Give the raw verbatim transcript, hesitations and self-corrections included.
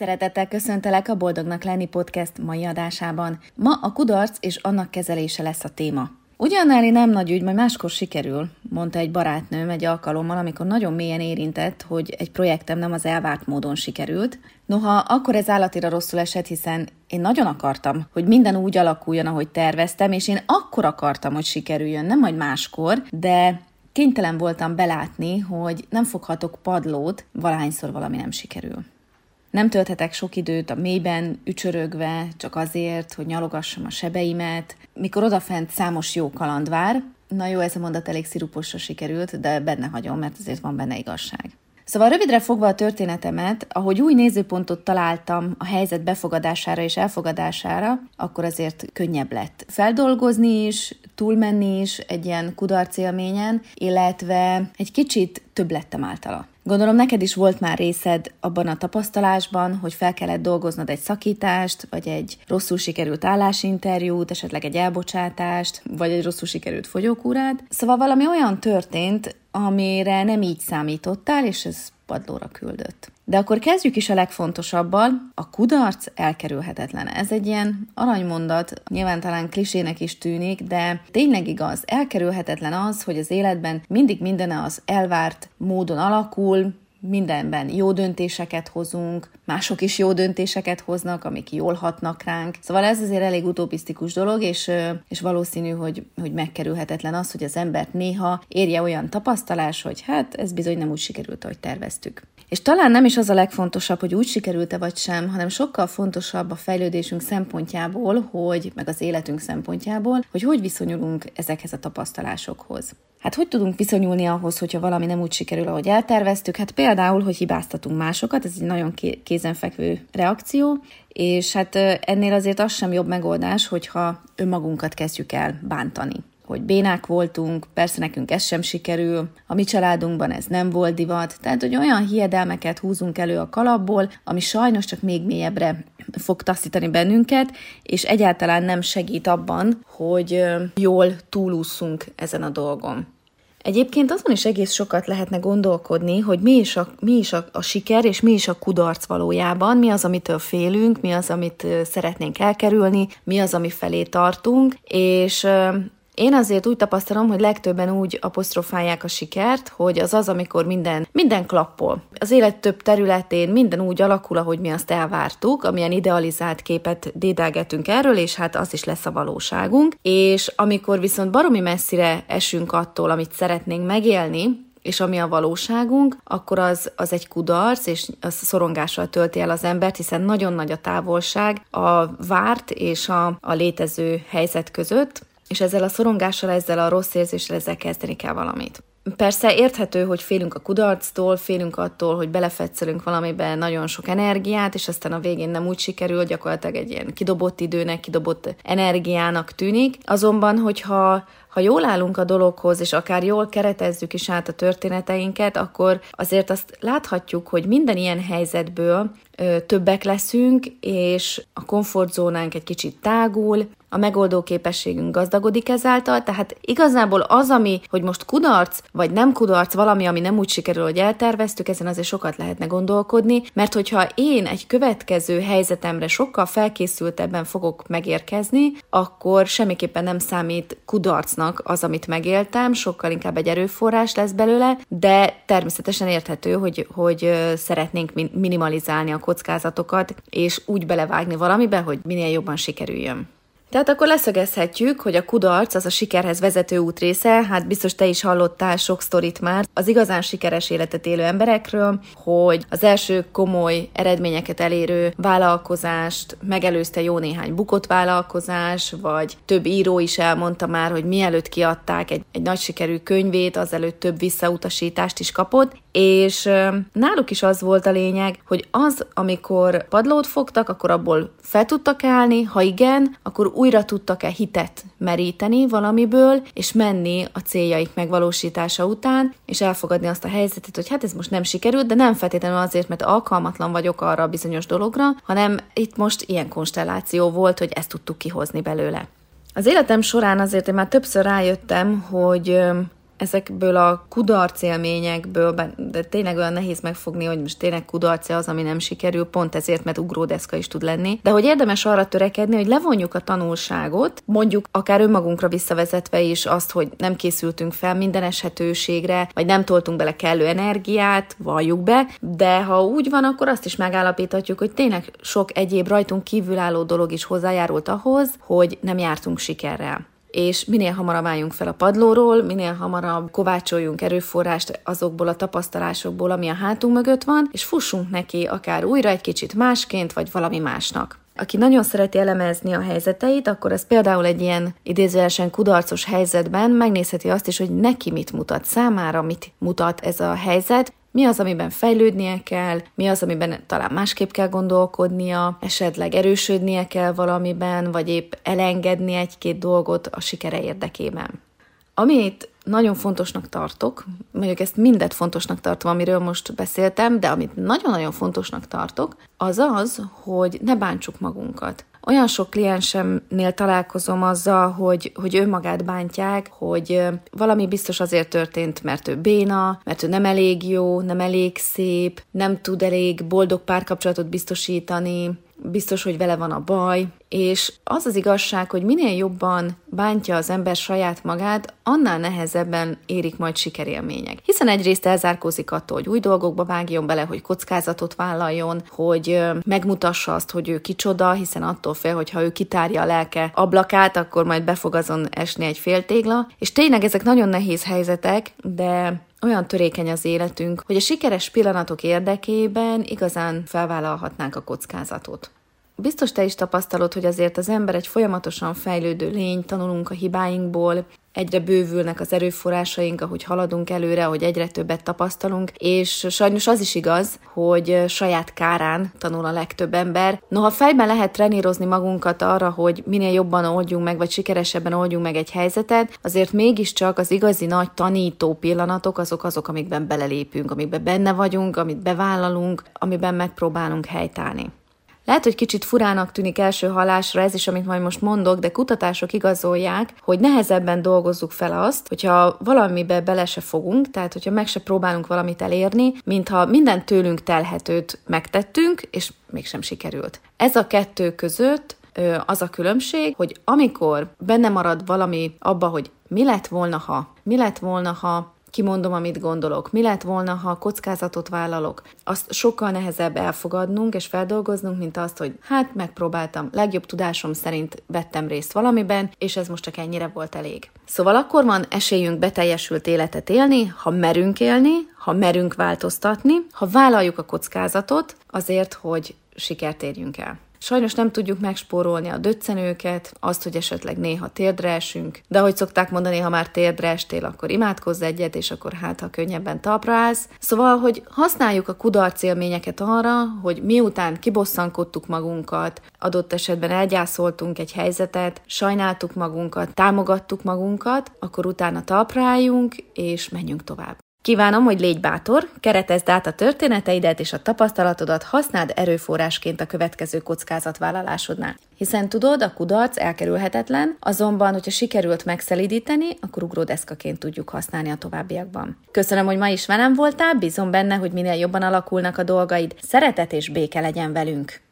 Szeretettel köszöntelek a Boldognak lenni podcast mai adásában. Ma a kudarc és annak kezelése lesz a téma. Ugyannáli nem nagy ügy, majd máskor sikerül, mondta egy barátnőm egy alkalommal, amikor nagyon mélyen érintett, hogy egy projektem nem az elvárt módon sikerült. Noha akkor ez állatira rosszul esett, hiszen én nagyon akartam, hogy minden úgy alakuljon, ahogy terveztem, és én akkor akartam, hogy sikerüljön, nem majd máskor, de kénytelen voltam belátni, hogy nem foghatok padlót, valahányszor valami nem sikerül. Nem tölthetek sok időt a mélyben ücsörögve, csak azért, hogy nyalogassam a sebeimet, mikor odafent számos jó kaland vár. Na jó, ez a mondat elég sziruposra sikerült, de benne hagyom, mert azért van benne igazság. Szóval rövidre fogva a történetemet, ahogy új nézőpontot találtam a helyzet befogadására és elfogadására, akkor azért könnyebb lett feldolgozni is, túlmenni is egy ilyen kudarcélményen, illetve egy kicsit több lettem általa. Gondolom neked is volt már részed abban a tapasztalásban, hogy fel kellett dolgoznod egy szakítást, vagy egy rosszul sikerült állásinterjút, esetleg egy elbocsátást, vagy egy rosszul sikerült fogyókúrát. Szóval valami olyan történt, amire nem így számítottál, és ez padlóra küldött. De akkor kezdjük is a legfontosabbal, a kudarc elkerülhetetlen. Ez egy ilyen aranymondat, nyilván talán klisének is tűnik, de tényleg igaz, elkerülhetetlen az, hogy az életben mindig minden az elvárt módon alakul, mindenben jó döntéseket hozunk, mások is jó döntéseket hoznak, amik jól hatnak ránk. Szóval ez azért elég utopisztikus dolog, és, és valószínű, hogy, hogy megkerülhetetlen az, hogy az embert néha érje olyan tapasztalás, hogy hát ez bizony nem úgy sikerült, ahogy terveztük. És talán nem is az a legfontosabb, hogy úgy sikerült-e vagy sem, hanem sokkal fontosabb a fejlődésünk szempontjából, hogy, meg az életünk szempontjából, hogy hogy viszonyulunk ezekhez a tapasztalásokhoz. Hát hogy tudunk viszonyulni ahhoz, hogyha valami nem úgy sikerül, ahogy elterveztük? Hát például, hogy hibáztatunk másokat, ez egy nagyon kézenfekvő reakció, és hát ennél azért az sem jobb megoldás, hogyha önmagunkat kezdjük el bántani. Hogy bénák voltunk, persze nekünk ez sem sikerül, a mi családunkban ez nem volt divat, tehát hogy olyan hiedelmeket húzunk elő a kalapból, ami sajnos csak még mélyebbre fog taszítani bennünket, és egyáltalán nem segít abban, hogy jól túlússzunk ezen a dolgon. Egyébként azon is egész sokat lehetne gondolkodni, hogy mi is, a, mi is a, a siker, és mi is a kudarc valójában, mi az, amitől félünk, mi az, amit szeretnénk elkerülni, mi az, ami felé tartunk, és én azért úgy tapasztalom, hogy legtöbben úgy apostrofálják a sikert, hogy az az, amikor minden, minden klappol. Az élet több területén minden úgy alakul, ahogy mi azt elvártuk, amilyen idealizált képet dédelgetünk erről, és hát az is lesz a valóságunk. És amikor viszont baromi messzire esünk attól, amit szeretnénk megélni, és ami a valóságunk, akkor az, az egy kudarc, és az szorongással tölti el az embert, hiszen nagyon nagy a távolság a várt és a, a létező helyzet között, és ezzel a szorongással, ezzel a rossz érzéssel, ezzel kezdeni kell valamit. Persze érthető, hogy félünk a kudarctól, félünk attól, hogy belefetszelünk valamiben nagyon sok energiát, és aztán a végén nem úgy sikerül, gyakorlatilag egy ilyen kidobott időnek, kidobott energiának tűnik. Azonban, hogyha ha jól állunk a dologhoz, és akár jól keretezzük is át a történeteinket, akkor azért azt láthatjuk, hogy minden ilyen helyzetből ö, többek leszünk, és a komfortzónánk egy kicsit tágul, a megoldó képességünk gazdagodik ezáltal, tehát igazából az, ami, hogy most kudarc, vagy nem kudarc, valami, ami nem úgy sikerül, hogy elterveztük, ezen azért sokat lehetne gondolkodni, mert hogyha én egy következő helyzetemre sokkal felkészültebben fogok megérkezni, akkor semmiképpen nem számít kudarcnak az, amit megéltem, sokkal inkább egy erőforrás lesz belőle, de természetesen érthető, hogy, hogy szeretnénk minimalizálni a kockázatokat, és úgy belevágni valamibe, hogy minél jobban sikerüljön. Tehát akkor leszögezhetjük, hogy a kudarc az a sikerhez vezető út része, hát biztos te is hallottál sok sztorit már az igazán sikeres életet élő emberekről, hogy az első komoly eredményeket elérő vállalkozást megelőzte jó néhány bukott vállalkozás, vagy több író is elmondta már, hogy mielőtt kiadták egy, egy nagy sikerű könyvét, azelőtt több visszautasítást is kapott, és náluk is az volt a lényeg, hogy az, amikor padlót fogtak, akkor abból fel tudtak állni, ha igen, akkor újra tudtak-e hitet meríteni valamiből, és menni a céljaik megvalósítása után, és elfogadni azt a helyzetet, hogy hát ez most nem sikerült, de nem feltétlenül azért, mert alkalmatlan vagyok arra a bizonyos dologra, hanem itt most ilyen konstelláció volt, hogy ezt tudtuk kihozni belőle. Az életem során azért én már többször rájöttem, hogy ezekből a kudarc élményekből, de tényleg olyan nehéz megfogni, hogy most tényleg kudarc az, ami nem sikerül, pont ezért, mert ugródeszka is tud lenni, de hogy érdemes arra törekedni, hogy levonjuk a tanulságot, mondjuk akár önmagunkra visszavezetve is azt, hogy nem készültünk fel minden eshetőségre, vagy nem toltunk bele kellő energiát, valljuk be, de ha úgy van, akkor azt is megállapíthatjuk, hogy tényleg sok egyéb rajtunk kívülálló dolog is hozzájárult ahhoz, hogy nem jártunk sikerrel. És minél hamarabb álljunk fel a padlóról, minél hamarabb kovácsoljunk erőforrást azokból a tapasztalásokból, ami a hátunk mögött van, és fussunk neki akár újra egy kicsit másként, vagy valami másnak. Aki nagyon szereti elemezni a helyzeteit, akkor ez például egy ilyen idézőjelesen kudarcos helyzetben megnézheti azt is, hogy neki mit mutat számára, mit mutat ez a helyzet, mi az, amiben fejlődnie kell, mi az, amiben talán másképp kell gondolkodnia, esetleg erősödnie kell valamiben, vagy épp elengedni egy-két dolgot a sikere érdekében. Amit nagyon fontosnak tartok, mondjuk ezt mindet fontosnak tartom, amiről most beszéltem, de amit nagyon-nagyon fontosnak tartok, az az, hogy ne bántsuk magunkat. Olyan sok kliensemnél találkozom azzal, hogy, hogy önmagát bántják, hogy valami biztos azért történt, mert ő béna, mert ő nem elég jó, nem elég szép, nem tud elég boldog párkapcsolatot biztosítani, biztos, hogy vele van a baj, és az az igazság, hogy minél jobban bántja az ember saját magát, annál nehezebben érik majd sikerélmények. Hiszen egyrészt elzárkózik attól, hogy új dolgokba vágjon bele, hogy kockázatot vállaljon, hogy megmutassa azt, hogy ő kicsoda, hiszen attól fél, hogy ha ő kitárja a lelke ablakát, akkor majd be fog azon esni egy féltégla. És tényleg ezek nagyon nehéz helyzetek, de olyan törékeny az életünk, hogy a sikeres pillanatok érdekében igazán felvállalhatnánk a kockázatot. Biztos te is tapasztalod, hogy azért az ember egy folyamatosan fejlődő lény, tanulunk a hibáinkból, egyre bővülnek az erőforrásaink, ahogy haladunk előre, ahogy egyre többet tapasztalunk, és sajnos az is igaz, hogy saját kárán tanul a legtöbb ember. Noha fejben lehet trenírozni magunkat arra, hogy minél jobban oldjunk meg, vagy sikeresebben oldjunk meg egy helyzetet, azért mégiscsak az igazi nagy tanító pillanatok azok azok, amikben belelépünk, amikben benne vagyunk, amit bevállalunk, amiben megpróbálunk helytállni. Lehet, hogy kicsit furának tűnik első hallásra ez is, amit majd most mondok, de kutatások igazolják, hogy nehezebben dolgozzuk fel azt, hogyha valamibe bele se fogunk, tehát hogyha meg se próbálunk valamit elérni, mintha minden tőlünk telhetőt megtettünk, és mégsem sikerült. Ez a kettő között az a különbség, hogy amikor benne marad valami abba, hogy mi lett volna, ha, mi lett volna, ha kimondom, amit gondolok, mi lett volna, ha kockázatot vállalok, azt sokkal nehezebb elfogadnunk és feldolgoznunk, mint azt, hogy hát megpróbáltam, legjobb tudásom szerint vettem részt valamiben, és ez most csak ennyire volt elég. Szóval akkor van esélyünk beteljesült életet élni, ha merünk élni, ha merünk változtatni, ha vállaljuk a kockázatot azért, hogy sikert érjünk el. Sajnos nem tudjuk megspórolni a döccenőket, azt, hogy esetleg néha térdre esünk, de ahogy szokták mondani, ha már térdre estél, akkor imádkozz egyet, és akkor hát, ha könnyebben talpra állsz. Szóval, hogy használjuk a kudarc élményeket arra, hogy miután kibosszankodtuk magunkat, adott esetben elgyászoltunk egy helyzetet, sajnáltuk magunkat, támogattuk magunkat, akkor utána talpra álljunk, és menjünk tovább. Kívánom, hogy légy bátor, keretezd át a történeteidet és a tapasztalatodat, használd erőforrásként a következő kockázatvállalásodnál. Hiszen tudod, a kudarc elkerülhetetlen, azonban, hogyha sikerült megszelídíteni, akkor ugródeszkaként tudjuk használni a továbbiakban. Köszönöm, hogy ma is velem voltál, bízom benne, hogy minél jobban alakulnak a dolgaid. Szeretet és béke legyen velünk!